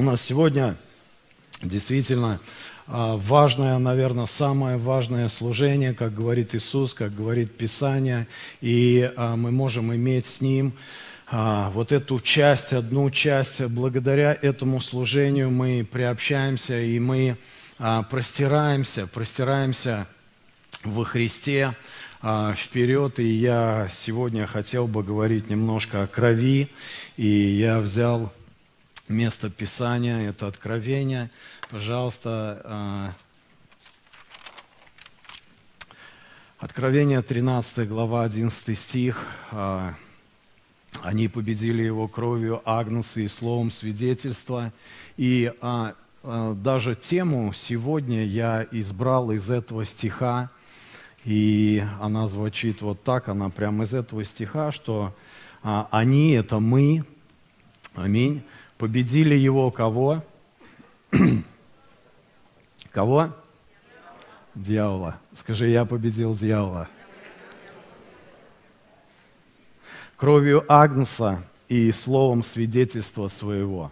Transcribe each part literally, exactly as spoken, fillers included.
нас сегодня действительно важное, наверное, самое важное служение, как говорит Иисус, как говорит Писание, и мы можем иметь с Ним вот эту часть, одну часть. Благодаря этому служению мы приобщаемся, и мы простираемся, простираемся во Христе вперед. И я сегодня хотел бы говорить немножко о крови, и я взял место Писания, это Откровение. Пожалуйста, Откровение, тринадцатая глава, одиннадцатый стих. Они победили его кровью Агнца и словом свидетельства. И а, а, даже тему сегодня я избрал из этого стиха, и она звучит вот так, она прямо из этого стиха, что а, они, это мы, аминь, победили его кого? Кого? Дьявола. Скажи, я победил дьявола. Кровью Агнца и словом свидетельства своего.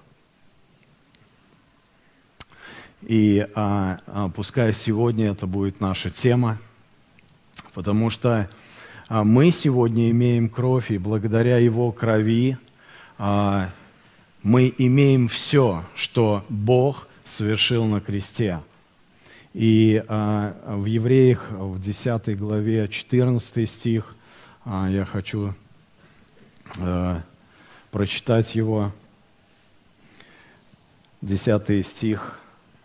И а, а, пускай сегодня это будет наша тема, потому что а, мы сегодня имеем кровь, и благодаря его крови а, мы имеем все, что Бог совершил на кресте. И а, в Евреях, в десятой главе, четырнадцатый стих, а, я хочу а, прочитать его. десятый стих.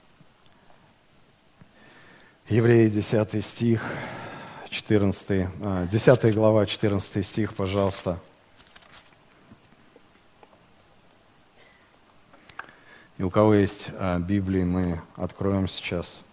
Евреи, десятый стих, четырнадцатый, а, десятая глава, четырнадцатый стих, пожалуйста. И у кого есть а, Библии, мы откроем сейчас.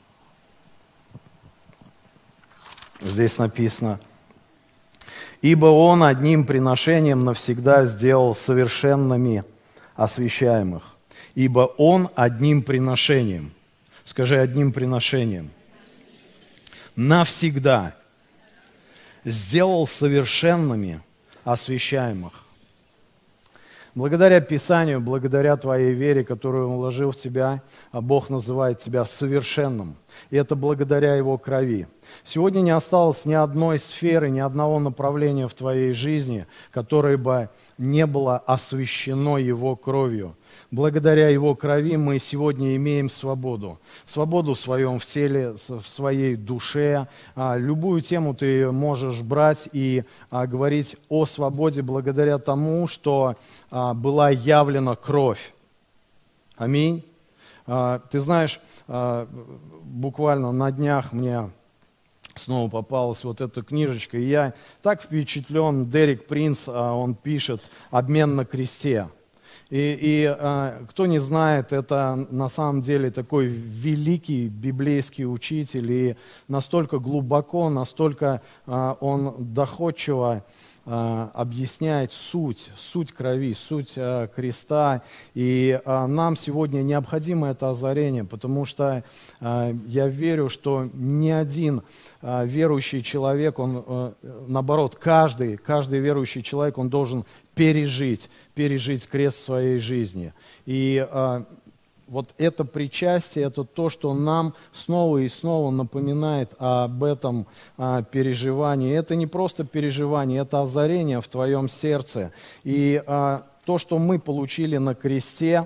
Здесь написано: «Ибо Он одним приношением навсегда сделал совершенными освящаемых». Ибо Он одним приношением, скажи, одним приношением, навсегда сделал совершенными освящаемых. Благодаря Писанию, благодаря твоей вере, которую Он вложил в тебя, Бог называет тебя совершенным. И это благодаря Его крови. Сегодня не осталось ни одной сферы, ни одного направления в твоей жизни, которое бы не было освящено Его кровью. Благодаря Его крови мы сегодня имеем свободу. Свободу в своем в теле, в своей душе. Любую тему ты можешь брать и говорить о свободе благодаря тому, что была явлена кровь. Аминь. Ты знаешь, буквально на днях мне снова попалась вот эта книжечка, и я так впечатлен. Дерек Принц, он пишет «Обмен на кресте». И, и а, кто не знает, это на самом деле такой великий библейский учитель, и настолько глубоко, настолько а, он доходчиво а, объясняет суть, суть крови, суть а, креста. И а, нам сегодня необходимо это озарение, потому что а, я верю, что ни один а, верующий человек, он, а, наоборот, каждый, каждый верующий человек, он должен пережить, пережить крест своей жизни. И а, вот это причастие, это то, что нам снова и снова напоминает об этом а, переживании. Это не просто переживание, это озарение в твоем сердце. И а, то, что мы получили на кресте,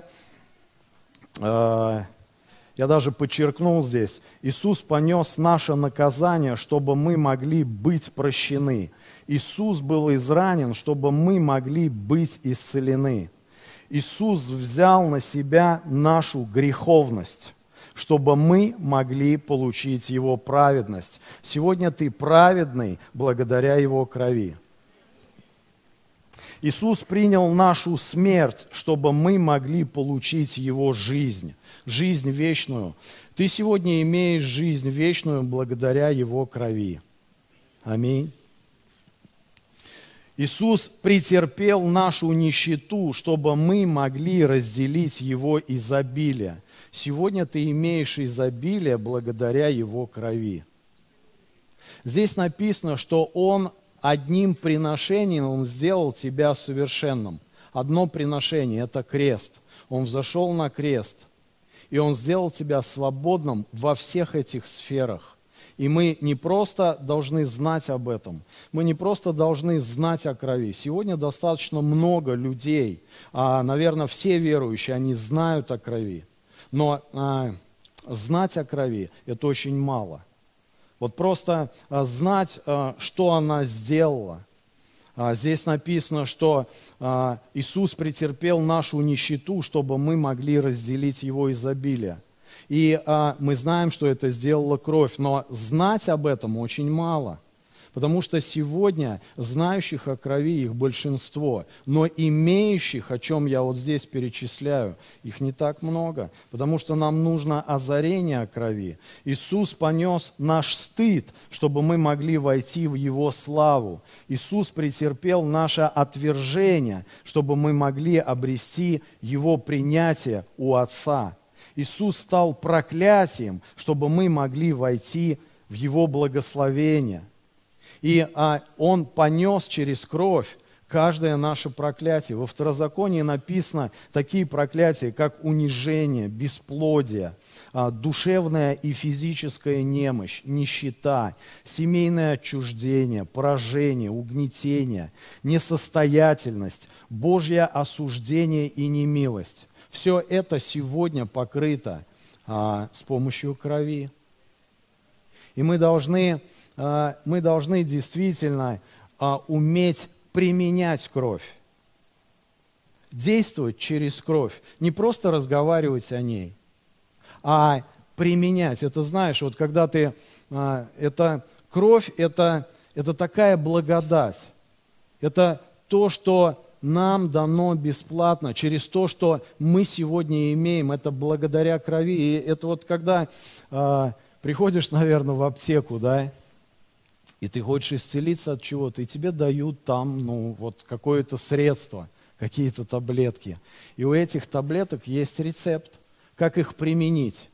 а, я даже подчеркнул здесь, Иисус понес наше наказание, чтобы мы могли быть прощены. Иисус был изранен, чтобы мы могли быть исцелены. Иисус взял на себя нашу греховность, чтобы мы могли получить Его праведность. Сегодня ты праведный благодаря Его крови. Иисус принял нашу смерть, чтобы мы могли получить Его жизнь, жизнь вечную. Ты сегодня имеешь жизнь вечную благодаря Его крови. Аминь. Иисус претерпел нашу нищету, чтобы мы могли разделить Его изобилие. Сегодня ты имеешь изобилие благодаря Его крови. Здесь написано, что Он одним приношением Он сделал тебя совершенным. одно приношение – это крест. Он взошел на крест, и Он сделал тебя свободным во всех этих сферах. И мы не просто должны знать об этом, мы не просто должны знать о крови. Сегодня достаточно много людей, а, наверное, все верующие, они знают о крови. Но а, знать о крови – это очень мало. Вот просто а, знать, а, что она сделала. А, здесь написано, что а, Иисус претерпел нашу нищету, чтобы мы могли разделить Его изобилие. И а, мы знаем, что это сделала кровь, но знать об этом очень мало. Потому что сегодня знающих о крови их большинство, но имеющих, о чем я вот здесь перечисляю, их не так много. Потому что нам нужно озарение о крови. Иисус понес наш стыд, чтобы мы могли войти в Его славу. Иисус претерпел наше отвержение, чтобы мы могли обрести Его принятие у Отца. Иисус стал проклятием, чтобы мы могли войти в Его благословение. И а, Он понес через кровь каждое наше проклятие. Во Второзаконии написано такие проклятия, как унижение, бесплодие, а, душевная и физическая немощь, нищета, семейное отчуждение, поражение, угнетение, несостоятельность, Божье осуждение и немилость. Все это сегодня покрыто а, с помощью крови. И мы должны, а, мы должны действительно а, уметь применять кровь. Действовать через кровь. Не просто разговаривать о ней, а применять. Это знаешь, вот когда ты... А, это, кровь это, это такая благодать. Это то, что... нам дано бесплатно, через то, что мы сегодня имеем, это благодаря крови. И это вот когда э, приходишь, наверное, в аптеку, да, и ты хочешь исцелиться от чего-то, и тебе дают там, ну, вот какое-то средство, какие-то таблетки. И у этих таблеток есть рецепт, как их применить.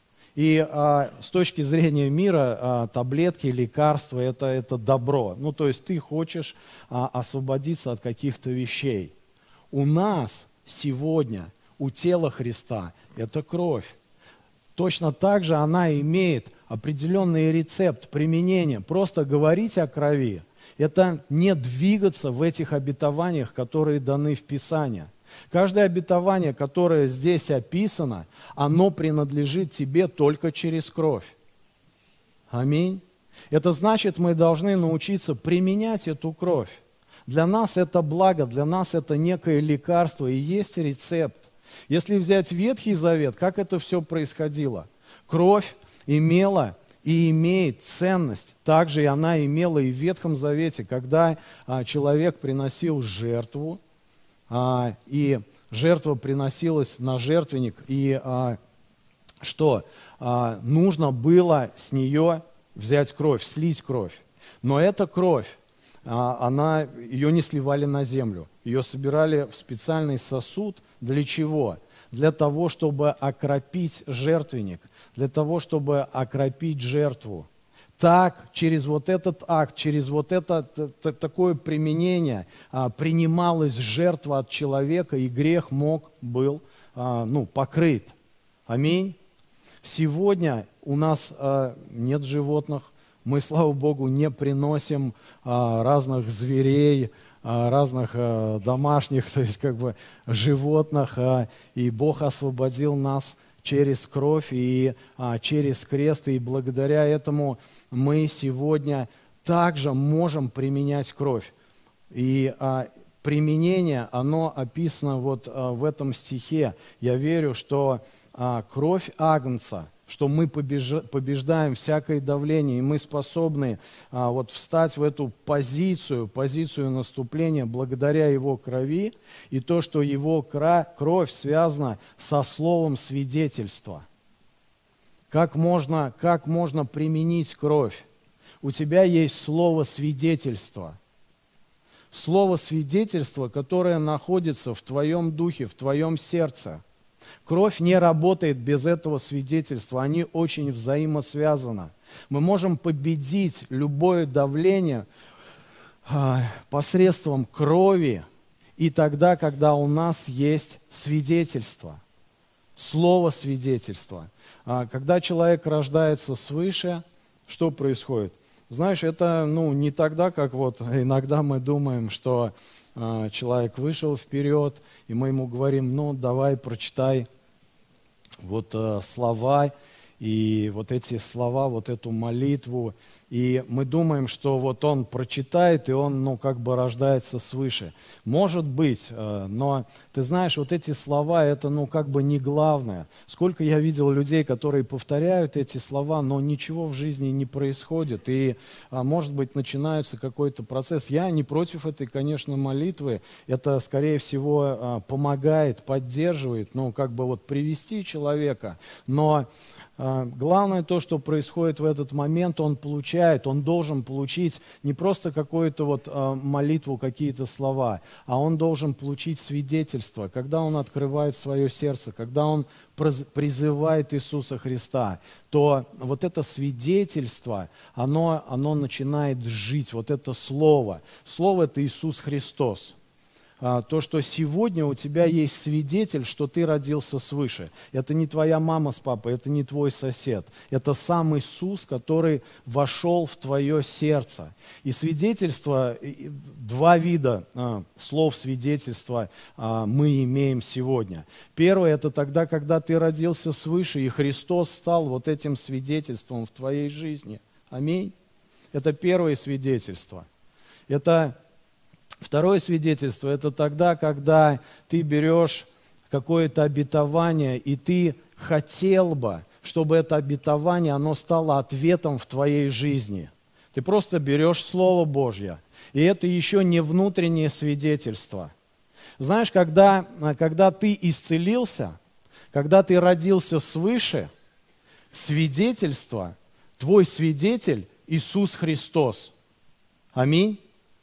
И а, с точки зрения мира а, таблетки, лекарства это, – это добро. Ну, то есть ты хочешь а, освободиться от каких-то вещей. У нас сегодня, у тела Христа, это кровь. Точно так же она имеет определенный рецепт применения. Просто говорить о крови – это не двигаться в этих обетованиях, которые даны в Писании. Каждое обетование, которое здесь описано, оно принадлежит тебе только через кровь. Аминь. Это значит, мы должны научиться применять эту кровь. Для нас это благо, для нас это некое лекарство, и есть рецепт. Если взять Ветхий Завет, как это все происходило? Кровь имела и имеет ценность. Также и она имела и в Ветхом Завете, когда а, человек приносил жертву, а, и жертва приносилась на жертвенник, и а, что? А, нужно было с нее взять кровь, слить кровь. Но эта кровь, а, она, ее не сливали на землю, ее собирали в специальный сосуд. Для чего? Для того, чтобы окропить жертвенник, для того, чтобы окропить жертву. Так, через вот этот акт, через вот это такое применение а, принималась жертва от человека, и грех мог был а, ну, покрыт. Аминь. Сегодня у нас а, нет животных, мы, слава Богу, не приносим а, разных зверей, а, разных а, домашних, то есть как бы животных, а, и Бог освободил нас через кровь и а, через крест, и благодаря этому мы сегодня также можем применять кровь. И а, применение, оно описано вот а, в этом стихе. Я верю, что а, кровь Агнца, что мы побеж... побеждаем всякое давление, и мы способны а, вот встать в эту позицию, позицию наступления благодаря Его крови, и то, что Его кра... кровь связана со словом свидетельства. Как можно, как можно применить кровь? У тебя есть слово свидетельства. Слово свидетельства, которое находится в твоем духе, в твоем сердце. Кровь не работает без этого свидетельства, они очень взаимосвязаны. Мы можем победить любое давление посредством крови и тогда, когда у нас есть свидетельство, слово свидетельства. А когда человек рождается свыше, что происходит? Знаешь, это ну, не тогда, как вот иногда мы думаем, что э, человек вышел вперед, и мы ему говорим, ну давай прочитай вот э, слова, и вот эти слова, вот эту молитву, и мы думаем, что вот он прочитает, и он, ну, как бы рождается свыше. Может быть, э, но ты знаешь, вот эти слова, это, ну, как бы не главное. Сколько я видел людей, которые повторяют эти слова, но ничего в жизни не происходит, и, э, может быть, начинается какой-то процесс. Я не против этой, конечно, молитвы, это, скорее всего, э, помогает, поддерживает, ну, как бы вот привести человека, но главное то, что происходит в этот момент, он получает, он должен получить не просто какую-то вот молитву, какие-то слова, а он должен получить свидетельство, когда он открывает свое сердце, когда он призывает Иисуса Христа, то вот это свидетельство, оно, оно начинает жить, вот это слово. Слово – это Иисус Христос. То, что сегодня у тебя есть свидетель, что ты родился свыше. Это не твоя мама с папой, это не твой сосед. Это сам Иисус, который вошел в твое сердце. И свидетельство, два вида а, слов свидетельства а, мы имеем сегодня. Первое – это тогда, когда ты родился свыше, и Христос стал вот этим свидетельством в твоей жизни. Аминь. Это первое свидетельство. Это Второе свидетельство – это тогда, когда ты берешь какое-то обетование, и ты хотел бы, чтобы это обетование, оно стало ответом в твоей жизни. Ты просто берешь Слово Божье, и это еще не внутреннее свидетельство. Знаешь, когда, когда ты исцелился, когда ты родился свыше, свидетельство, твой свидетель – Иисус Христос. Аминь.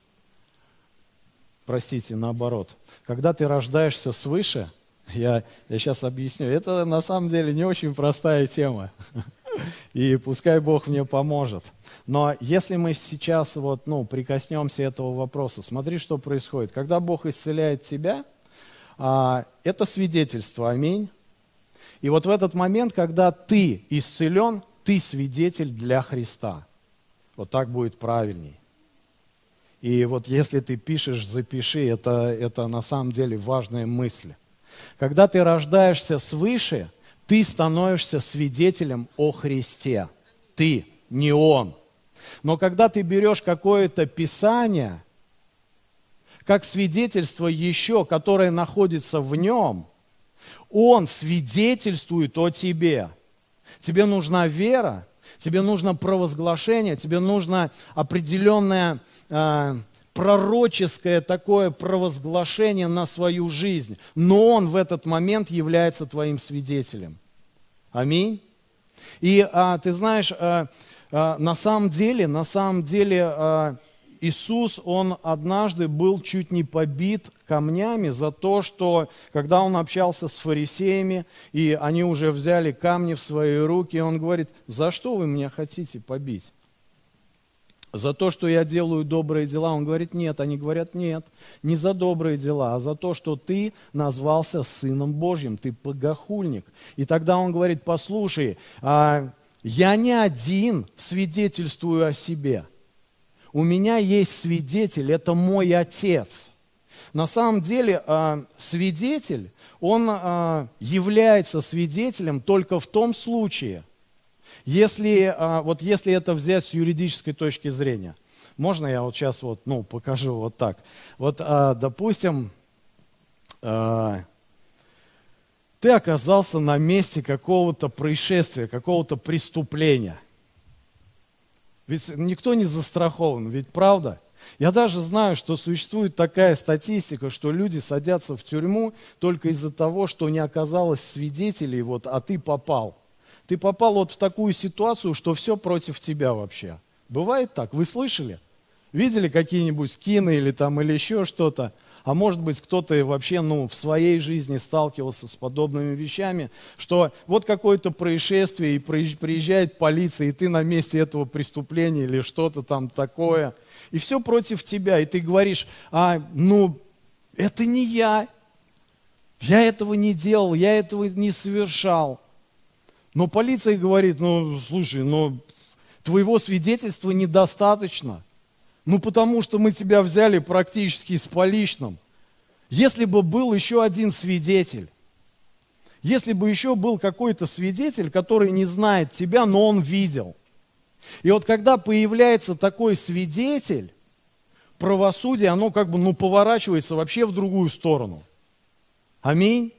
Простите, наоборот. Когда ты рождаешься свыше, я, я сейчас объясню, это на самом деле не очень простая тема. И пускай Бог мне поможет. Но если мы сейчас вот, ну, прикоснемся этого вопроса, смотри, что происходит. Когда Бог исцеляет тебя, а, это свидетельство, аминь. И вот в этот момент, когда ты исцелен, ты свидетель для Христа. Вот так будет правильней. И вот если ты пишешь, запиши, это, это на самом деле важная мысль. Когда ты рождаешься свыше, ты становишься свидетелем о Христе. Ты, не Он. Но когда ты берешь какое-то Писание, как свидетельство еще, которое находится в нем, Он свидетельствует о тебе. Тебе нужна вера, тебе нужно провозглашение, тебе нужно определенное э, пророческое такое провозглашение на свою жизнь. Но Он в этот момент является твоим свидетелем. Аминь. И а, ты знаешь, а, а, на самом деле, на самом деле а, Иисус, Он однажды был чуть не побит камнями за то, что когда Он общался с фарисеями, и они уже взяли камни в свои руки, Он говорит: за что вы меня хотите побить? За то, что я делаю добрые дела? Он говорит: нет. Они говорят: нет, не за добрые дела, а за то, что ты назвался Сыном Божьим, ты богохульник. И тогда Он говорит: послушай, я не один свидетельствую о себе. У меня есть свидетель, это мой Отец. На самом деле свидетель, он является свидетелем только в том случае, если, вот если это взять с юридической точки зрения. Можно я вот сейчас вот, ну, покажу вот так. Вот, допустим, ты оказался на месте какого-то происшествия, какого-то преступления. Ведь никто не застрахован, ведь правда? Я даже знаю, что существует такая статистика, что люди садятся в тюрьму только из-за того, что не оказалось свидетелей, вот, а ты попал. Ты попал вот в такую ситуацию, что все против тебя вообще. Бывает так? Вы слышали? Видели какие-нибудь кино или там или еще что-то? А может быть, кто-то вообще, ну, в своей жизни сталкивался с подобными вещами, что вот какое-то происшествие, и приезжает полиция, и ты на месте этого преступления или что-то там такое, и все против тебя, и ты говоришь: а, ну, это не я. Я этого не делал, я этого не совершал. Но полиция говорит, ну, слушай, ну, твоего свидетельства недостаточно. Ну, потому что мы тебя взяли практически с поличным. Если бы был еще один свидетель, если бы еще был какой-то свидетель, который не знает тебя, но он видел. И вот когда появляется такой свидетель, правосудие, оно как бы, ну, поворачивается вообще в другую сторону. Аминь.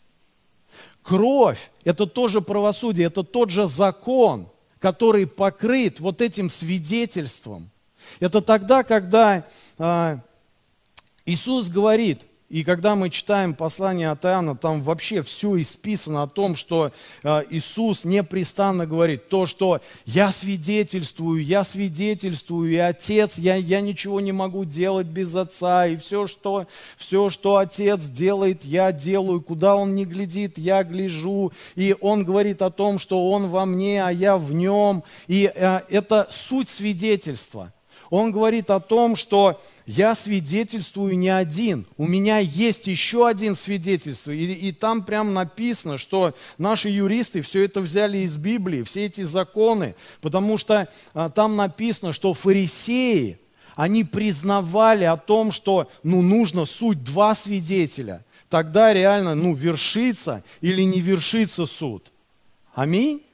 Кровь – это тоже правосудие, это тот же закон, который покрыт вот этим свидетельством. Это тогда, когда а, Иисус говорит, и когда мы читаем послание от Иоанна, там вообще все исписано о том, что э, Иисус непрестанно говорит, то, что я свидетельствую, я свидетельствую, и Отец, я, я ничего не могу делать без Отца, и все что, все, что Отец делает, я делаю, куда Он не глядит, я гляжу, и Он говорит о том, что Он во мне, а я в Нем, и э, это суть свидетельства. Он говорит о том, что я свидетельствую не один, у меня есть еще один свидетельство. И, и там прям написано, что наши юристы все это взяли из Библии, все эти законы, потому что а, там написано, что фарисеи, они признавали о том, что ну, нужно суть два свидетеля. Тогда реально ну, вершится или не вершится суд. Аминь.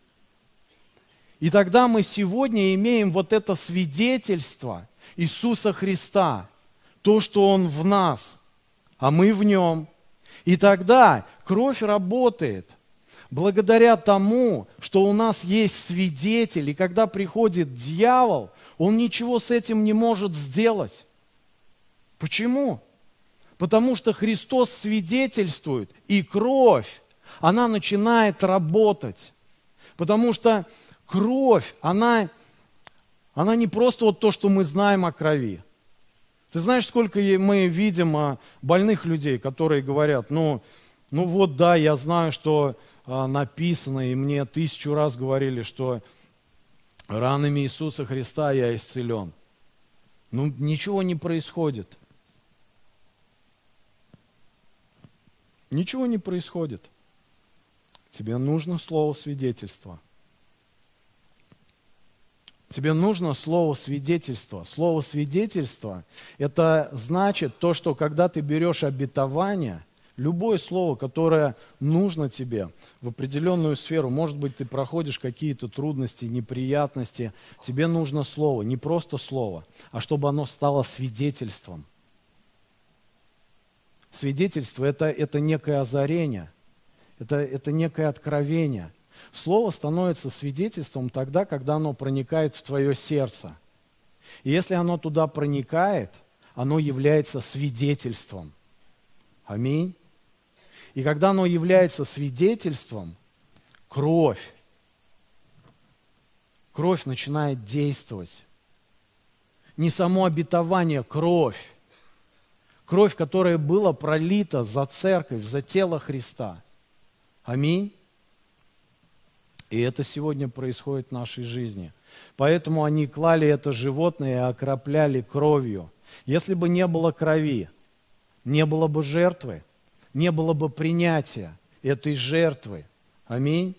И тогда мы сегодня имеем вот это свидетельство Иисуса Христа, то, что Он в нас, а мы в Нем. И тогда кровь работает благодаря тому, что у нас есть свидетель, и когда приходит дьявол, он ничего с этим не может сделать. Почему? Потому что Христос свидетельствует, и кровь, она начинает работать. Потому что кровь, она, она не просто вот то, что мы знаем о крови. Ты знаешь, сколько мы видим больных людей, которые говорят, ну, ну вот да, я знаю, что а, написано, и мне тысячу раз говорили, что ранами Иисуса Христа я исцелен. Ну, ничего не происходит. Ничего не происходит. Тебе нужно слово свидетельства. Тебе нужно слово свидетельства. Слово свидетельства – это значит то, что когда ты берешь обетование, любое слово, которое нужно тебе в определенную сферу, может быть, ты проходишь какие-то трудности, неприятности, тебе нужно слово, не просто слово, а чтобы оно стало свидетельством. Свидетельство – это, это некое озарение, это, это некое откровение. Слово становится свидетельством тогда, когда оно проникает в твое сердце. И если оно туда проникает, оно является свидетельством. Аминь. И когда оно является свидетельством, кровь, кровь начинает действовать. Не само обетование, кровь. Кровь, которая была пролита за церковь, за тело Христа. Аминь. И это сегодня происходит в нашей жизни. Поэтому они клали это животное и окропляли кровью. Если бы не было крови, не было бы жертвы, не было бы принятия этой жертвы. Аминь.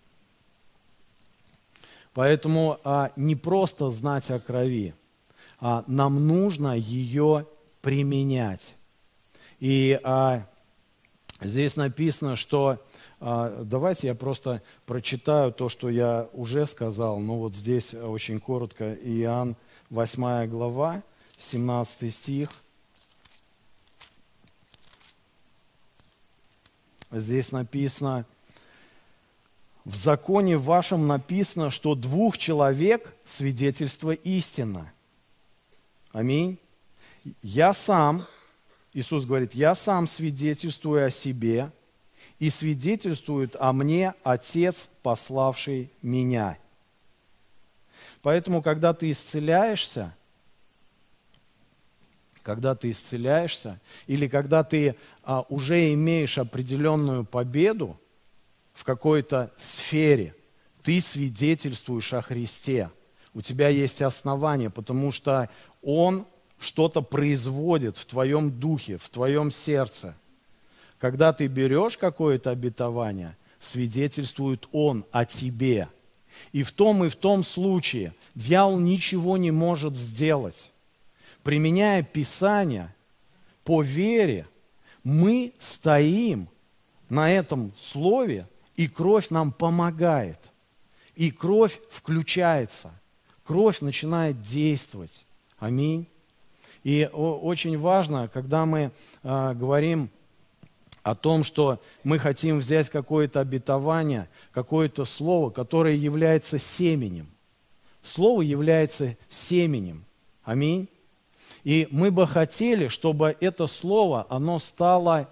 Поэтому а, не просто знать о крови, а нам нужно ее применять. И а, здесь написано, что давайте я просто прочитаю то, что я уже сказал. Ну вот здесь очень коротко. Иоанн, восьмая глава, семнадцатый стих. Здесь написано, в законе вашем написано, что двух человек свидетельство истина. Аминь. Я сам, Иисус говорит, я сам свидетельствую о себе, и свидетельствует о мне Отец, пославший меня. Поэтому, когда ты исцеляешься, когда ты исцеляешься, или когда ты а, уже имеешь определенную победу в какой-то сфере, ты свидетельствуешь о Христе. У тебя есть основания, потому что Он что-то производит в твоем духе, в твоем сердце. Когда ты берешь какое-то обетование, свидетельствует он о тебе. И в том и в том случае дьявол ничего не может сделать. Применяя Писание по вере, мы стоим на этом слове, и кровь нам помогает. И кровь включается. Кровь начинает действовать. Аминь. И очень важно, когда мы э, говорим о том, что мы хотим взять какое-то обетование, какое-то слово, которое является семенем. Слово является семенем. Аминь. И мы бы хотели, чтобы это слово, оно стало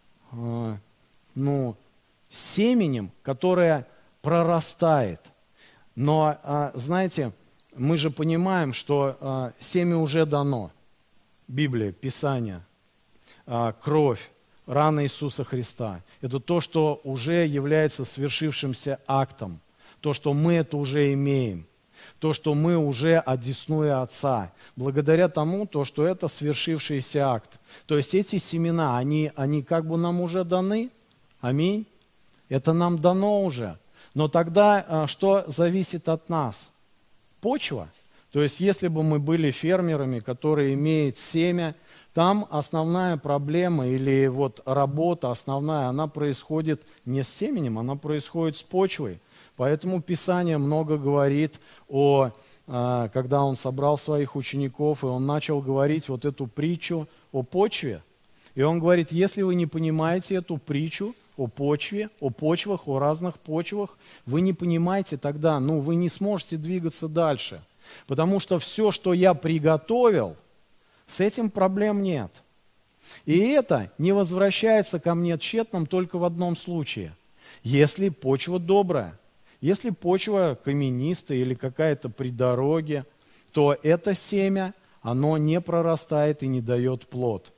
э, ну, семенем, которое прорастает. Но, э, знаете, мы же понимаем, что э, семя уже дано. Библия, Писание, э, кровь, рана Иисуса Христа. Это то, что уже является свершившимся актом. То, что мы это уже имеем. То, что мы уже одесную Отца. Благодаря тому, то, что это свершившийся акт. То есть эти семена, они, они как бы нам уже даны. Аминь. Это нам дано уже. Но тогда э, что зависит от нас? Почва. То есть если бы мы были фермерами, которые имеют семя, там основная проблема или вот работа основная, она происходит не с семенем, она происходит с почвой. Поэтому Писание много говорит о, когда он собрал своих учеников, и он начал говорить вот эту притчу о почве. И он говорит, если вы не понимаете эту притчу о почве, о почвах, о разных почвах, вы не понимаете тогда, ну, вы не сможете двигаться дальше. Потому что все, что я приготовил, с этим проблем нет. И это не возвращается ко мне тщетным только в одном случае. Если почва добрая, если почва каменистая или какая-то при дороге, то это семя, оно не прорастает и не дает плод.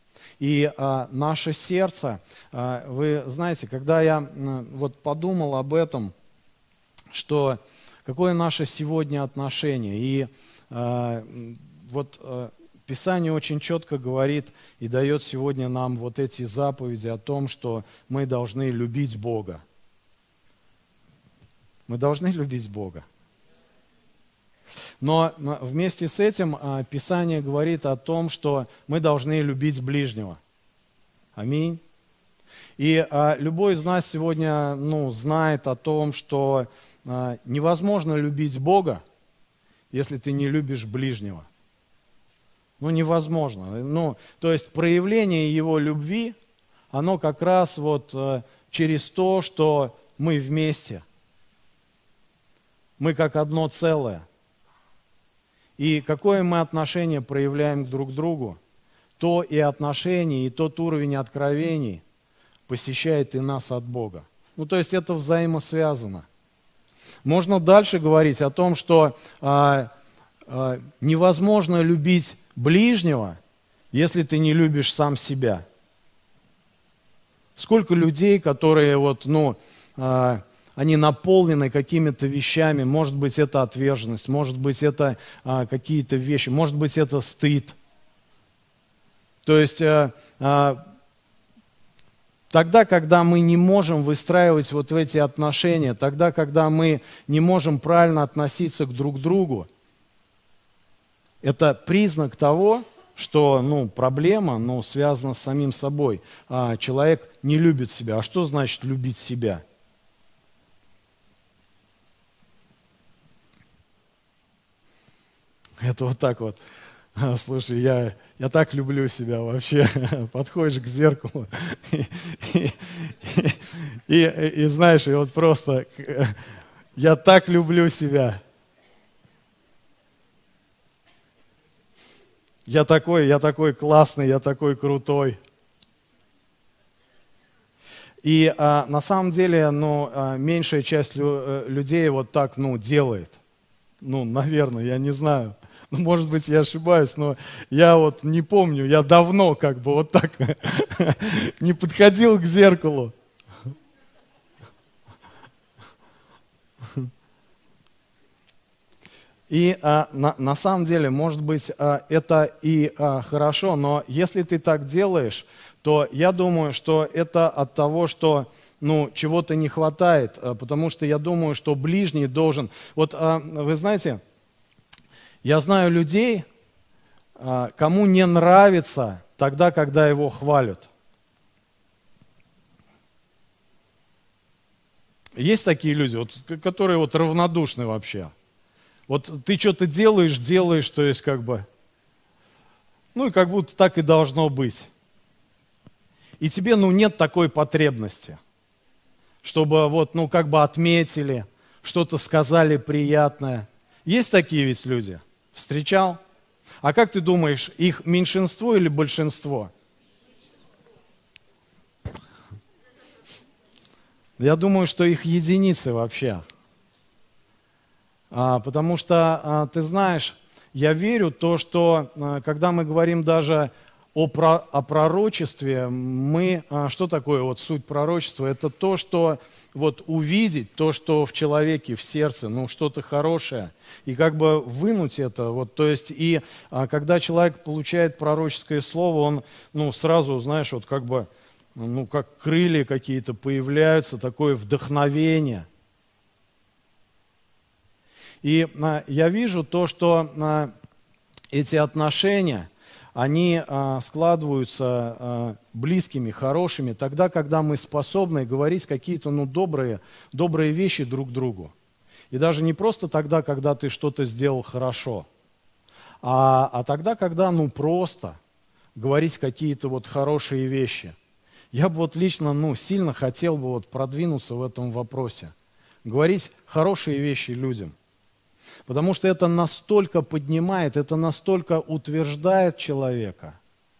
И а, наше сердце, а, вы знаете, когда я а, вот подумал об этом, что какое наше сегодня отношение, и а, вот а, Писание очень четко говорит и дает сегодня нам вот эти заповеди о том, что мы должны любить Бога. Мы должны любить Бога. Но вместе с этим Писание говорит о том, что мы должны любить ближнего. Аминь. И любой из нас сегодня ну, знает о том, что невозможно любить Бога, если ты не любишь ближнего. Ну, невозможно. Ну, то есть проявление Его любви, оно как раз вот э, через то, что мы вместе. Мы как одно целое. И какое мы отношение проявляем друг к другу, то и отношение, и тот уровень откровений посещает и нас от Бога. Ну, то есть это взаимосвязано. Можно дальше говорить о том, что э, э, невозможно любить ближнего, если ты не любишь сам себя. Сколько людей, которые вот, ну, э, они наполнены какими-то вещами, может быть, это отверженность, может быть, это э, какие-то вещи, может быть, это стыд. То есть э, э, тогда, когда мы не можем выстраивать вот эти отношения, тогда, когда мы не можем правильно относиться к друг другу, это признак того, что ну, проблема ну, связана с самим собой. А, человек не любит себя. А что значит любить себя? Это вот так вот. Слушай, я, я так люблю себя вообще. Подходишь к зеркалу и, и, и, и, и знаешь, и вот просто я так люблю себя. Я такой, я такой классный, я такой крутой. И а, на самом деле, ну, а, меньшая часть лю- людей вот так, ну, делает. Ну, наверное, я не знаю. Может быть, я ошибаюсь, но я вот не помню, я давно как бы вот так не подходил к зеркалу. И а, на, на самом деле, может быть, а, это и а, хорошо, но если ты так делаешь, то я думаю, что это от того, что ну, чего-то не хватает, а, потому что я думаю, что ближний должен... Вот а, вы знаете, я знаю людей, а, кому не нравится тогда, когда его хвалят. Есть такие люди, вот, которые вот равнодушны вообще. Вот ты что-то делаешь, делаешь, то есть как бы, ну и как будто так и должно быть. И тебе, ну, нет такой потребности, чтобы вот, ну, как бы отметили, что-то сказали приятное. Есть такие ведь люди? Встречал? А как ты думаешь, их меньшинство или большинство? Я думаю, что их единицы вообще. А, потому что, а, ты знаешь, я верю в то, что а, когда мы говорим даже о, про, о пророчестве, мы, а, что такое вот суть пророчества? Это то, что вот увидеть, то, что в человеке, в сердце, ну что-то хорошее, и как бы вынуть это. Вот, то есть и а, когда человек получает пророческое слово, он ну, сразу, знаешь, вот как бы, ну как крылья какие-то появляются, такое вдохновение. И а, я вижу то, что а, эти отношения, они а, складываются а, близкими, хорошими, тогда, когда мы способны говорить какие-то ну, добрые, добрые вещи друг другу. И даже не просто тогда, когда ты что-то сделал хорошо, а, а тогда, когда ну, просто говорить какие-то вот хорошие вещи. Я бы вот лично ну, сильно хотел бы вот продвинуться в этом вопросе. Говорить хорошие вещи людям. Потому что это настолько поднимает, это настолько утверждает человека.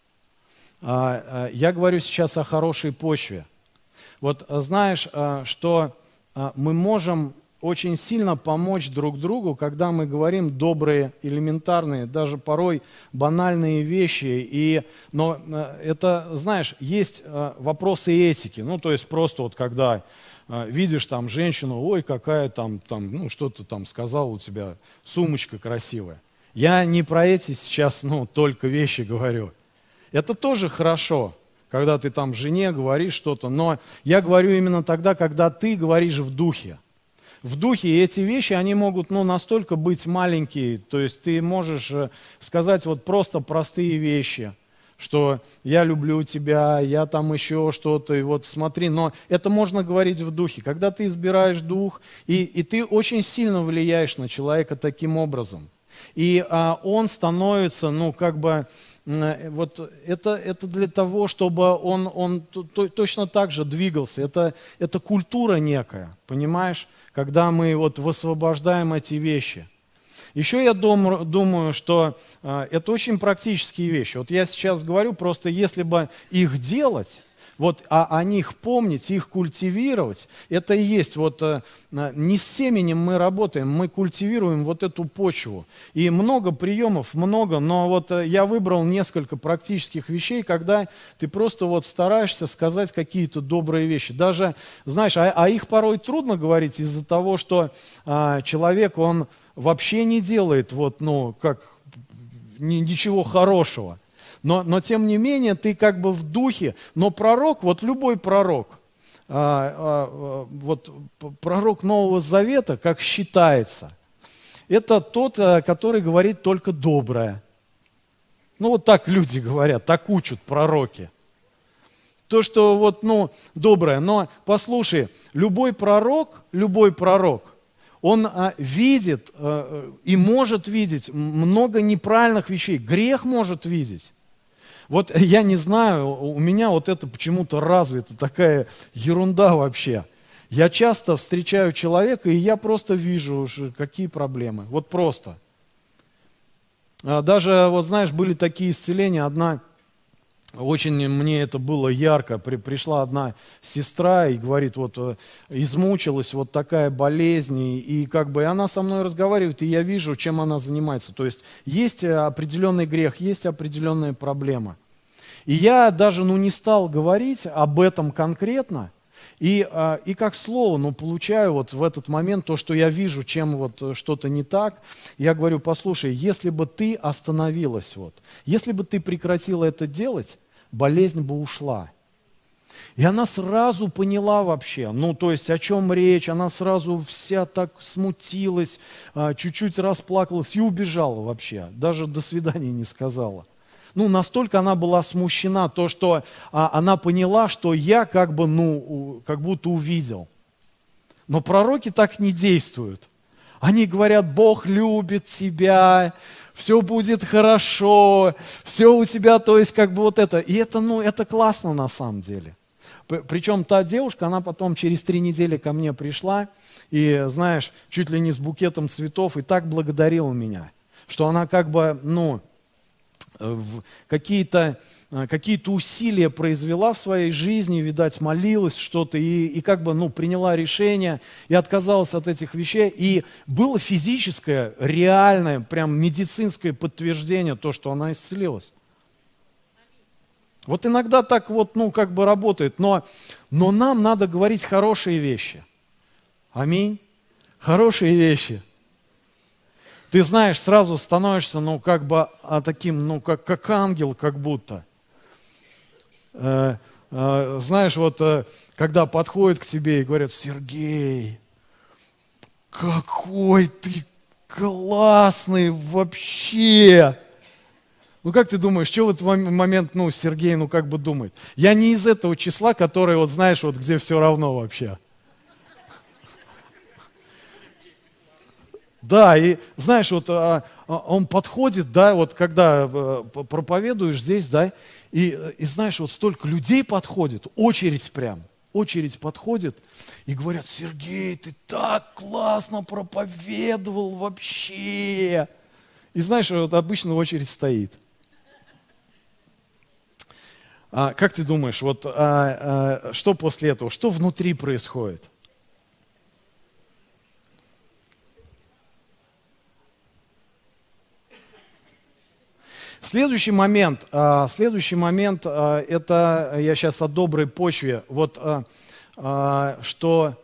Я говорю сейчас о хорошей почве. Вот знаешь, что мы можем очень сильно помочь друг другу, когда мы говорим добрые, элементарные, даже порой банальные вещи. И, но это, знаешь, есть вопросы этики. Ну, то есть просто вот когда видишь там женщину, ой, какая там, там ну, что-то там сказал у тебя, сумочка красивая. Я не про эти сейчас, ну, только вещи говорю. Это тоже хорошо, когда ты там жене говоришь что-то, но я говорю именно тогда, когда ты говоришь в духе. В духе, и эти вещи, они могут, ну, настолько быть маленькие, то есть ты можешь сказать вот просто простые вещи, что я люблю тебя, я там еще что-то, и вот смотри, но это можно говорить в духе. Когда ты избираешь дух, и, и ты очень сильно влияешь на человека таким образом, и а, он становится, ну, как бы, вот это, это для того, чтобы он, он то, точно так же двигался. Это, это культура некая, понимаешь, когда мы вот высвобождаем эти вещи. Еще я дум, думаю, что э, это очень практические вещи. Вот я сейчас говорю, просто если бы их делать, вот, а о них помнить, их культивировать, это и есть, вот э, не с семенем мы работаем, мы культивируем вот эту почву. И много приемов, много, но вот э, я выбрал несколько практических вещей, когда ты просто вот стараешься сказать какие-то добрые вещи. Даже, знаешь, а, а их порой трудно говорить из-за того, что э, человек, он вообще не делает вот, ну, как, ни, ничего хорошего. Но, но тем не менее ты как бы в духе, но пророк, вот любой пророк, а, а, вот пророк Нового Завета, как считается, это тот, который говорит только доброе. Ну вот так люди говорят, так учат пророки. То, что вот, ну, доброе. Но послушай, любой пророк, любой пророк, он а, видит а, и может видеть много неправильных вещей, грех может видеть. Вот я не знаю, у меня вот это почему-то развито, такая ерунда вообще. Я часто встречаю человека, и я просто вижу, какие проблемы. Вот просто. Даже, вот знаешь, были такие исцеления. Одна, очень мне это было ярко, при, пришла одна сестра и говорит, вот измучилась, вот такая болезнь, и, и как бы она со мной разговаривает, и я вижу, чем она занимается. То есть есть определенный грех, есть определенная проблема. И я даже ну, не стал говорить об этом конкретно, И, а, и как слово, ну, получаю вот в этот момент то, что я вижу, чем вот что-то не так. Я говорю, послушай, если бы ты остановилась, вот, если бы ты прекратила это делать, болезнь бы ушла. И она сразу поняла вообще, ну, то есть о чем речь, она сразу вся так смутилась, а, чуть-чуть расплакалась и убежала вообще, даже до свидания не сказала. Ну, настолько она была смущена, то, что а, она поняла, что я как бы, ну, как будто увидел. Но пророки так не действуют. Они говорят, Бог любит тебя, все будет хорошо, все у тебя, то есть как бы вот это. И это, ну, это классно на самом деле. Причем та девушка, она потом через три недели ко мне пришла, и, знаешь, чуть ли не с букетом цветов, и так благодарила меня, что она как бы, ну, какие-то какие-то усилия произвела в своей жизни, видать, молилась что-то, и, и как бы, ну, приняла решение, и отказалась от этих вещей, и было физическое, реальное, прям медицинское подтверждение, то, что она исцелилась. Вот иногда так вот, ну, как бы работает, но, но нам надо говорить хорошие вещи. Аминь. Хорошие вещи. Ты знаешь, сразу становишься, ну, как бы а, таким, ну, как, как ангел, как будто. Э, э, знаешь, вот, э, когда подходят к тебе и говорят, Сергей, какой ты классный вообще! Ну, как ты думаешь, что в этот момент, ну, Сергей, ну, как бы думает? Я не из этого числа, который, вот, знаешь, вот, где все равно вообще. Да, и, знаешь, вот, он подходит, да, вот, когда проповедуешь здесь, да, и, и, знаешь, вот столько людей подходит, очередь прям, очередь подходит, и говорят, Сергей, ты так классно проповедовал вообще. И, знаешь, вот обычно очередь стоит. А, как ты думаешь, вот а, а, что после этого, что внутри происходит? Следующий момент, а, следующий момент, а, это я сейчас о доброй почве, вот а, а, что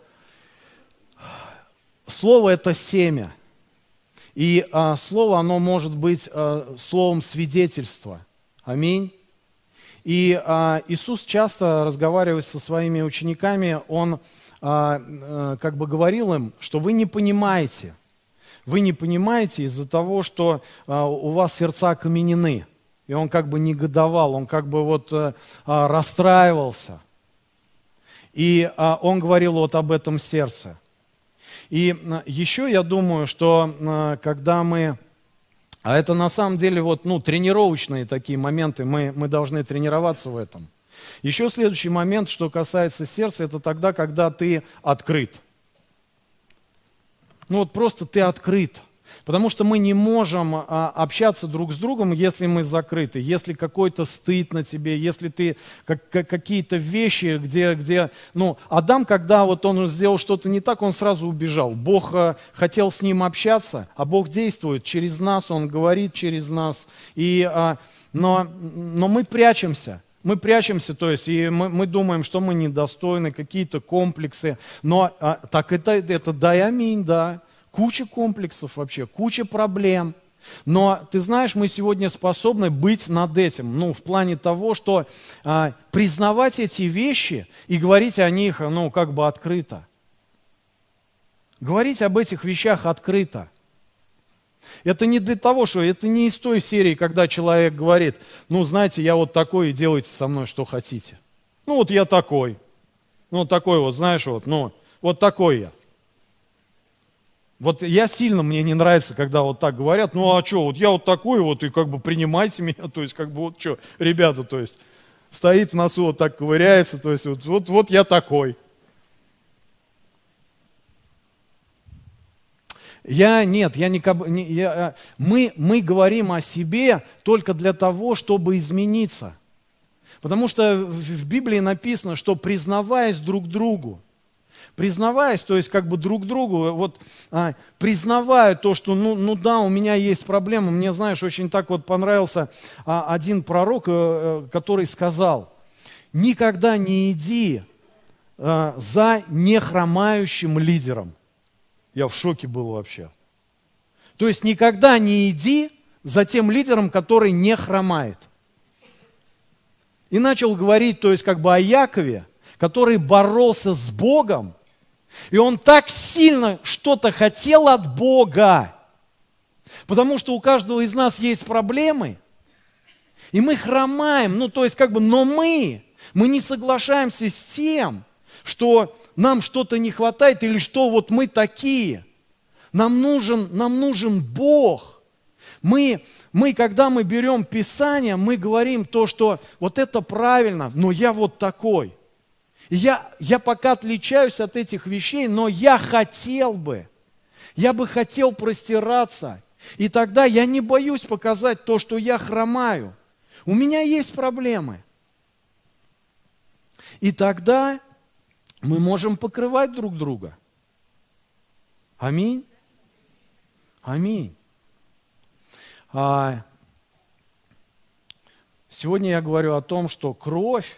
слово это семя, и а, слово оно может быть а, словом свидетельства. Аминь. И а, Иисус часто, разговаривая со своими учениками, Он а, а, как бы говорил им, что вы не понимаете, вы не понимаете из-за того, что а, у вас сердца окаменены. И Он как бы негодовал, Он как бы вот а, расстраивался. И а, Он говорил вот об этом сердце. И а, еще я думаю, что а, когда мы... А это на самом деле вот, ну, тренировочные такие моменты, мы, мы должны тренироваться в этом. Еще следующий момент, что касается сердца, это тогда, когда ты открыт. Ну вот просто ты открыт. Потому что мы не можем а, общаться друг с другом, если мы закрыты, если какой-то стыд на тебе, если ты как, как, какие-то вещи, где, где, ну, Адам, когда вот он сделал что-то не так, он сразу убежал. Бог а, хотел с ним общаться, а Бог действует через нас, Он говорит через нас, и, а, но, но мы прячемся. Мы прячемся, то есть, и мы, мы думаем, что мы недостойны, какие-то комплексы, но а, так это, это дай аминь, да. Куча комплексов вообще, куча проблем. Но ты знаешь, мы сегодня способны быть над этим, ну, в плане того, что а, признавать эти вещи и говорить о них, ну, как бы открыто. Говорить об этих вещах открыто. Это не для того, что это не из той серии, когда человек говорит, ну, знаете, я вот такой, и делайте со мной, что хотите. Ну, вот я такой. Ну, такой вот, знаешь, вот, ну, вот такой я. Вот я сильно, мне не нравится, когда вот так говорят, ну а что, вот я вот такой вот, и как бы принимайте меня, то есть как бы вот что, ребята, то есть стоит в носу, вот так ковыряется, то есть вот, вот, вот я такой. Я, нет, я не, не я, мы, мы говорим о себе только для того, чтобы измениться. Потому что в Библии написано, что признаваясь друг другу, признаваясь, то есть как бы друг другу, вот а, признавая то, что ну, ну да, у меня есть проблема. Мне, знаешь, очень так вот понравился а, один пророк, а, который сказал, никогда не иди э, за нехромающим лидером. Я в шоке был вообще. То есть никогда не иди за тем лидером, который не хромает. И начал говорить, то есть как бы о Якове, который боролся с Богом, и он так сильно что-то хотел от Бога, потому что у каждого из нас есть проблемы, и мы хромаем, ну то есть как бы, но мы, мы не соглашаемся с тем, что нам что-то не хватает или что вот мы такие. Нам нужен, нам нужен Бог. Мы, мы, когда мы берем Писание, мы говорим то, что вот это правильно, но я вот такой. Я, я пока отличаюсь от этих вещей, но я хотел бы, я бы хотел простираться. И тогда я не боюсь показать то, что я хромаю. У меня есть проблемы. И тогда мы можем покрывать друг друга. Аминь. Аминь. А, сегодня я говорю о том, что кровь,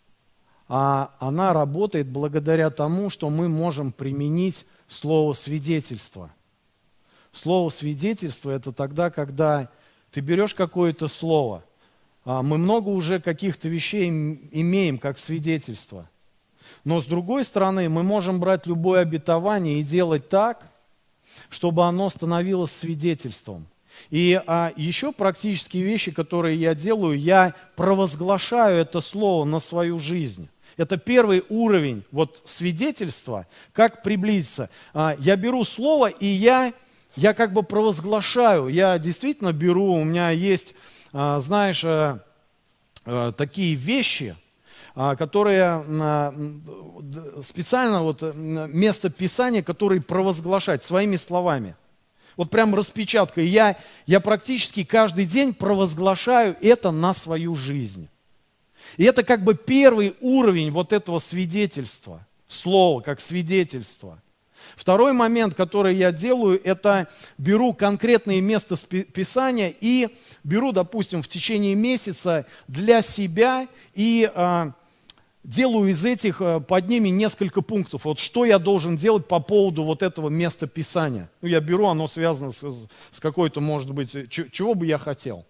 а, она работает благодаря тому, что мы можем применить слово свидетельства. Слово свидетельства – это тогда, когда ты берешь какое-то слово. А, мы много уже каких-то вещей имеем как свидетельство. Но с другой стороны, мы можем брать любое обетование и делать так, чтобы оно становилось свидетельством. И а, еще практические вещи, которые я делаю, я провозглашаю это слово на свою жизнь. Это первый уровень вот, свидетельства, как приблизиться. А, я беру слово, и я, я как бы провозглашаю. Я действительно беру, у меня есть, а, знаешь, а, а, такие вещи, а, которые а, специально вот, место Писания, которые провозглашать своими словами. Вот прям распечатка. И я, я практически каждый день провозглашаю это на свою жизнь. И это как бы первый уровень вот этого свидетельства. Слово как свидетельство. Второй момент, который я делаю, это беру конкретное место Писания и беру, допустим, в течение месяца для себя и а, делаю из этих под ними несколько пунктов. Вот что я должен делать по поводу вот этого места Писания. Ну, я беру, оно связано с, с какой-то, может быть, чего бы я хотел.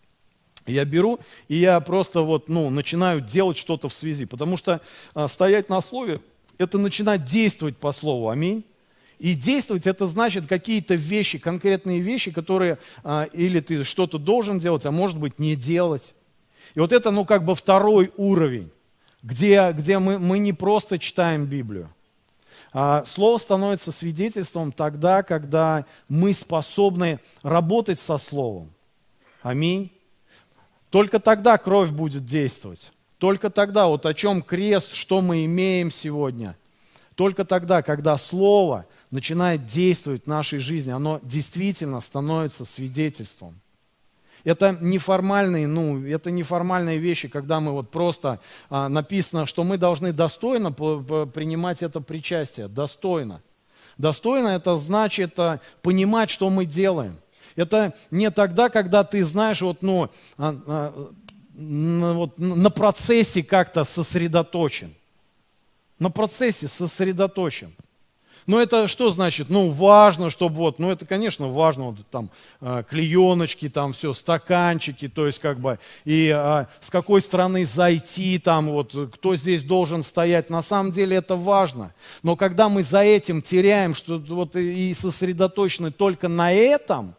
Я беру, и я просто вот, ну, начинаю делать что-то в связи. Потому что а, стоять на слове, это начинать действовать по слову. Аминь. И действовать, это значит какие-то вещи, конкретные вещи, которые а, или ты что-то должен делать, а может быть не делать. И вот это, ну, как бы второй уровень. Где, где мы, мы не просто читаем Библию. А слово становится свидетельством тогда, когда мы способны работать со Словом. Аминь. Только тогда кровь будет действовать. Только тогда, вот о чем крест, что мы имеем сегодня. Только тогда, когда Слово начинает действовать в нашей жизни, оно действительно становится свидетельством. Это неформальные, ну, это неформальные вещи, когда мы вот просто а, написано, что мы должны достойно принимать это причастие. Достойно. Достойно это значит а, понимать, что мы делаем. Это не тогда, когда ты знаешь, вот, ну, а, а, на, вот, на процессе как-то сосредоточен. На процессе сосредоточен. Но это что значит? Ну, важно, чтобы вот, ну, это, конечно, важно, вот там э, клееночки, там все, стаканчики, то есть как бы, и э, с какой стороны зайти, там вот, кто здесь должен стоять, на самом деле это важно. Но когда мы за этим теряем, что вот и сосредоточены только на этом,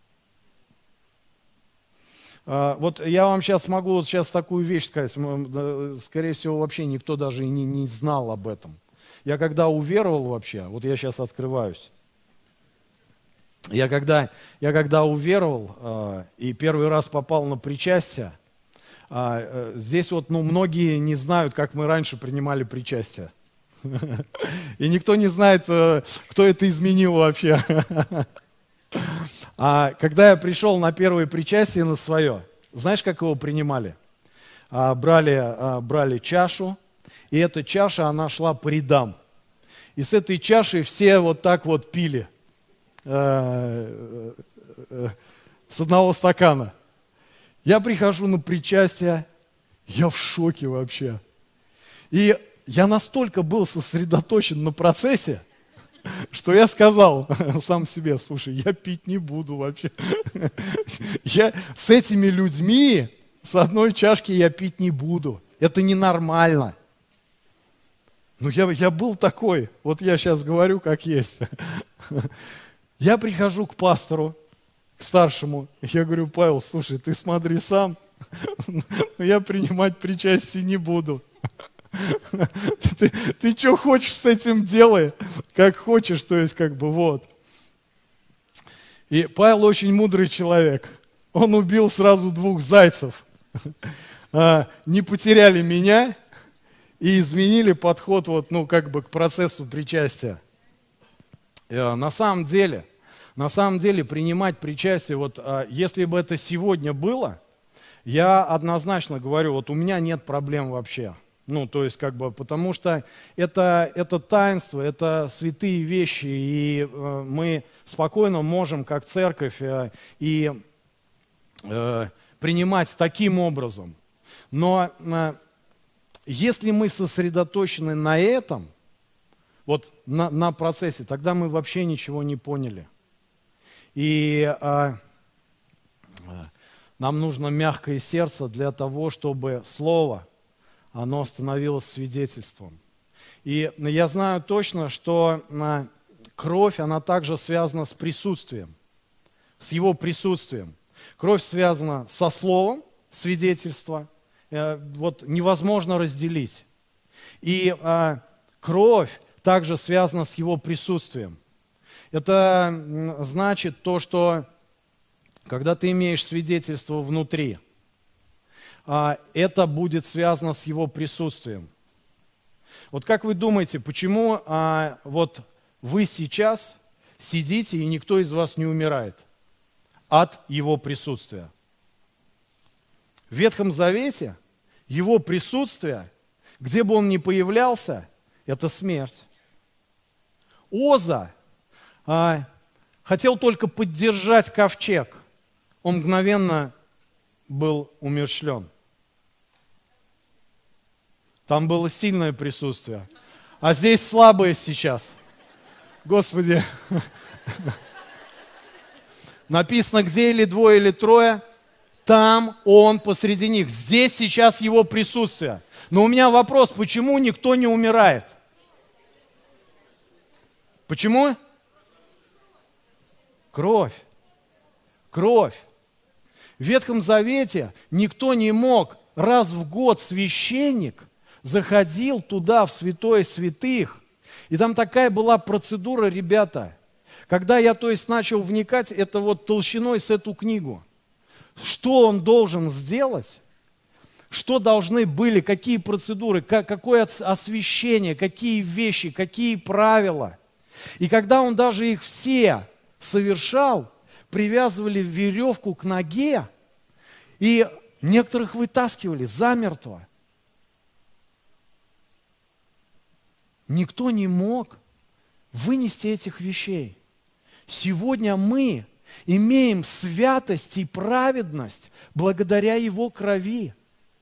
э, вот я вам сейчас могу вот сейчас такую вещь сказать, скорее всего, вообще никто даже и не, не знал об этом. Я когда уверовал вообще, вот я сейчас открываюсь, я когда, я когда уверовал э, и первый раз попал на причастие, э, э, здесь вот, ну, многие не знают, как мы раньше принимали причастие. И никто не знает, э, кто это изменил вообще. А когда я пришел на первое причастие, на свое, знаешь, как его принимали? А, брали, а, брали чашу, и эта чаша, она шла по рядам. И с этой чашей все вот так вот пили э, э, с одного стакана. Я прихожу на причастие, я в шоке вообще. И я настолько был сосредоточен на процессе, что я сказал сам себе: слушай, я пить не буду вообще. Я с этими людьми, с одной чашки я пить не буду. Это ненормально. Ну, я, я был такой, вот я сейчас говорю, как есть. Я прихожу к пастору, к старшему, я говорю: Павел, слушай, ты смотри сам, но я принимать причастие не буду. Ты, ты что хочешь с этим делай, как хочешь, то есть как бы вот. И Павел очень мудрый человек, он убил сразу двух зайцев. Не потеряли меня и изменили подход вот, ну, как бы к процессу причастия. На самом деле, на самом деле принимать причастие, вот если бы это сегодня было, я однозначно говорю, вот у меня нет проблем вообще. Ну, то есть, как бы, потому что это, это таинство, это святые вещи, и э, мы спокойно можем, как церковь, э, и э, принимать таким образом. Но э, если мы сосредоточены на этом, вот на, на процессе, тогда мы вообще ничего не поняли. И э, э, нам нужно мягкое сердце для того, чтобы Слово, оно становилось свидетельством. И я знаю точно, что э, кровь, она также связана с присутствием, с его присутствием. Кровь связана со Словом, свидетельство. Вот невозможно разделить. И э, кровь также связана с его присутствием. Это значит то, что когда ты имеешь свидетельство внутри, э, это будет связано с его присутствием. Вот как вы думаете, почему э, вот вы сейчас сидите и никто из вас не умирает от его присутствия? В Ветхом Завете его присутствие, где бы он ни появлялся, это смерть. Оза а, хотел только поддержать ковчег, он мгновенно был умерщвлен. Там было сильное присутствие, а здесь слабое сейчас. Господи, написано, где или двое, или трое, там он посреди них. Здесь сейчас его присутствие. Но у меня вопрос, почему никто не умирает? Почему? Кровь. Кровь. В Ветхом Завете никто не мог, раз в год священник заходил туда, в святое святых, и там такая была процедура, ребята. Когда я, то есть, начал вникать, это вот толщиной с эту книгу. Что он должен сделать, что должны были, какие процедуры, как, какое освящение, какие вещи, какие правила. И когда он даже их все совершал, привязывали веревку к ноге, и некоторых вытаскивали замертво. Никто не мог вынести этих вещей. Сегодня мы имеем святость и праведность благодаря Его крови.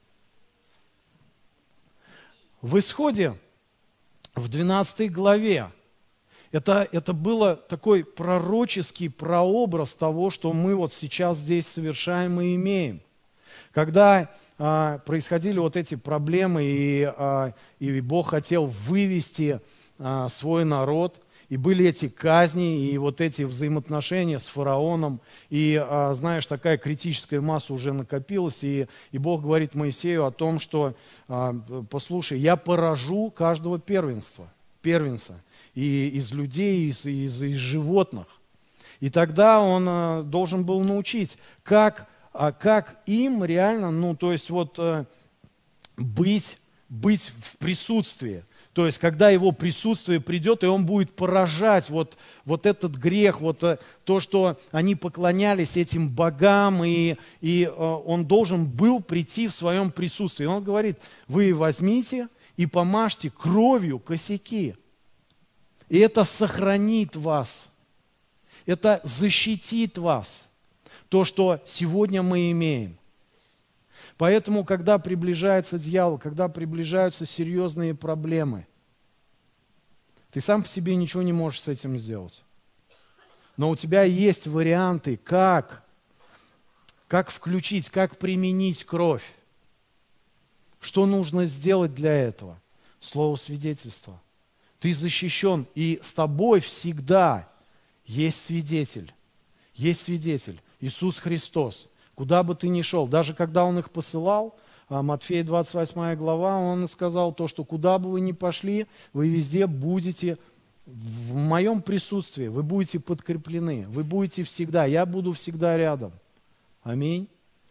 В Исходе, в двенадцатой главе, это, это было такой пророческий прообраз того, что мы вот сейчас здесь совершаем и имеем. Когда а, происходили вот эти проблемы, и, а, и Бог хотел вывести а, свой народ, и были эти казни, и вот эти взаимоотношения с фараоном, и, а, знаешь, такая критическая масса уже накопилась, и, и Бог говорит Моисею о том, что, а, послушай, я поражу каждого первенства, первенца, и из людей, и из, из, из животных. И тогда он а, должен был научить, как, а, как им реально, ну, то есть вот а, быть, быть в присутствии. То есть, когда его присутствие придет, и он будет поражать вот, вот этот грех, вот то, что они поклонялись этим богам, и, и он должен был прийти в своем присутствии. И он говорит, вы возьмите и помажьте кровью косяки. И это сохранит вас, это защитит вас, то, что сегодня мы имеем. Поэтому, когда приближается дьявол, когда приближаются серьезные проблемы, ты сам по себе ничего не можешь с этим сделать. Но у тебя есть варианты, как, как включить, как применить кровь. Что нужно сделать для этого? Слово свидетельства. Ты защищен, и с тобой всегда есть свидетель. Есть свидетель. Иисус Христос. Куда бы ты ни шел, даже когда Он их посылал, Матфея двадцать восьмая глава, Он сказал то, что куда бы вы ни пошли, вы везде будете в моем присутствии, вы будете подкреплены, вы будете всегда, я буду всегда рядом. Аминь.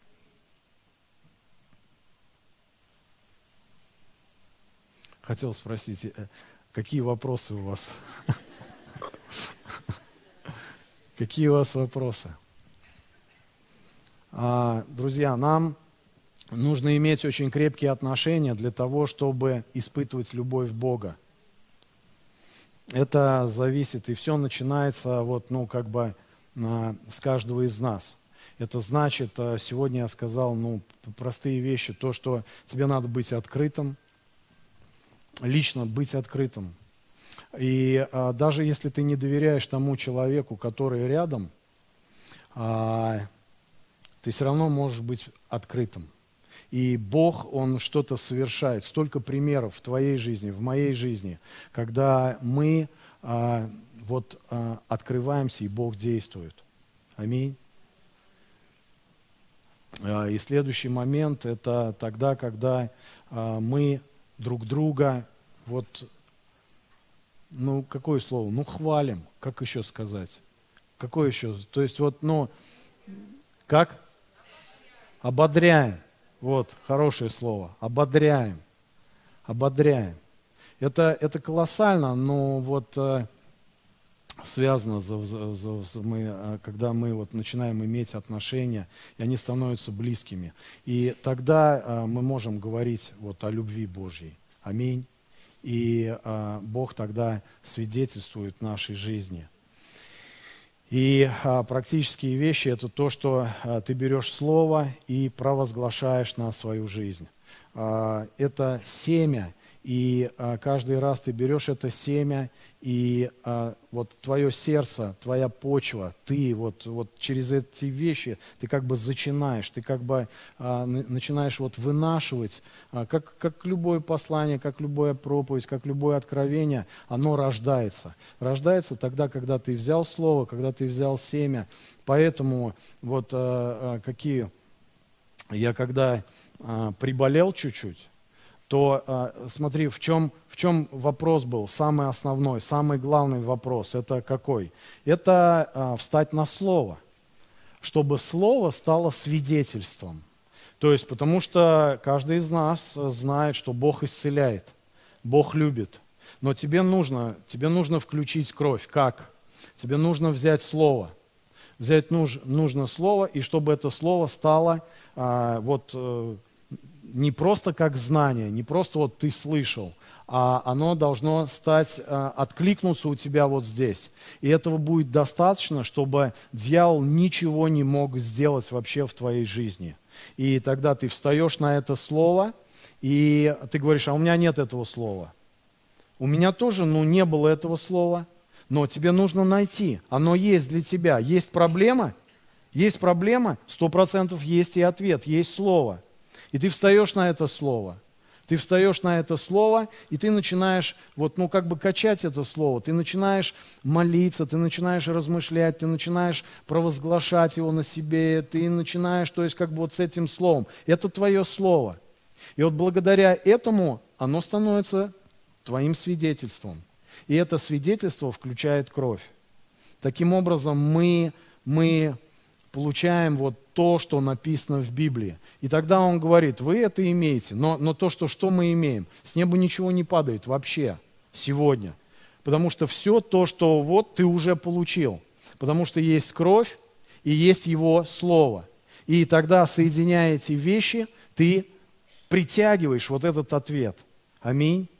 Хотел спросить, какие вопросы у вас? Какие у вас вопросы? Друзья, нам нужно иметь очень крепкие отношения для того, чтобы испытывать любовь Бога. Это зависит, и все начинается вот, ну, как бы с каждого из нас. Это значит, сегодня я сказал, ну, простые вещи, то, что тебе надо быть открытым, лично быть открытым. И а, даже если ты не доверяешь тому человеку, который рядом, а, ты все равно можешь быть открытым. И Бог, Он что-то совершает. Столько примеров в твоей жизни, в моей жизни, когда мы а, вот, а, открываемся, и Бог действует. Аминь. А, и следующий момент – это тогда, когда а, мы друг друга, вот, ну, какое слово? Ну, хвалим. Как еще сказать? Какое еще? То есть, вот, ну, как? Ободряем. Вот, хорошее слово. Ободряем. Ободряем. Это, это колоссально, но вот э, связано, за, за, за, мы, когда мы вот начинаем иметь отношения, и они становятся близкими. И тогда э, мы можем говорить вот о любви Божьей. Аминь. И э, Бог тогда свидетельствует в нашей жизни. И а, практические вещи – это то, что а, ты берешь слово и провозглашаешь на свою жизнь. А, это семя, и а, каждый раз ты берешь это семя, и а, вот твое сердце, твоя почва, ты вот, вот через эти вещи ты как бы зачинаешь, ты как бы а, начинаешь вот вынашивать, а, как, как любое послание, как любая проповедь, как любое откровение, оно рождается. Рождается тогда, когда ты взял слово, когда ты взял семя. Поэтому вот а, а, какие, я когда а, приболел чуть-чуть, то а, смотри, в чем, в чем вопрос был, самый основной, самый главный вопрос, это какой? Это а, встать на слово, чтобы слово стало свидетельством. То есть, потому что каждый из нас знает, что Бог исцеляет, Бог любит, но тебе нужно, тебе нужно включить кровь. Как? Тебе нужно взять слово, взять нуж, нужно слово, и чтобы это слово стало а, вот... не просто как знание, не просто вот ты слышал, а оно должно стать, откликнуться у тебя вот здесь. И этого будет достаточно, чтобы дьявол ничего не мог сделать вообще в твоей жизни. И тогда ты встаешь на это слово, и ты говоришь, а у меня нет этого слова. У меня тоже, ну, не было этого слова, но тебе нужно найти. Оно есть для тебя. Есть проблема? Есть проблема? Сто процентов есть и ответ, есть слово. И ты встаешь на это слово, ты встаешь на это слово, и ты начинаешь, вот, ну, как бы качать это слово, ты начинаешь молиться, ты начинаешь размышлять, ты начинаешь провозглашать его на себе, ты начинаешь, то есть, как бы вот с этим словом. Это твое слово. И вот благодаря этому оно становится твоим свидетельством. И это свидетельство включает кровь. Таким образом, мы, мы получаем вот то, что написано в Библии. И тогда он говорит, вы это имеете, но, но то, что, что мы имеем, с неба ничего не падает вообще сегодня. Потому что все то, что вот ты уже получил. Потому что есть кровь и есть его слово. И тогда, соединяя эти вещи, ты притягиваешь вот этот ответ. Аминь.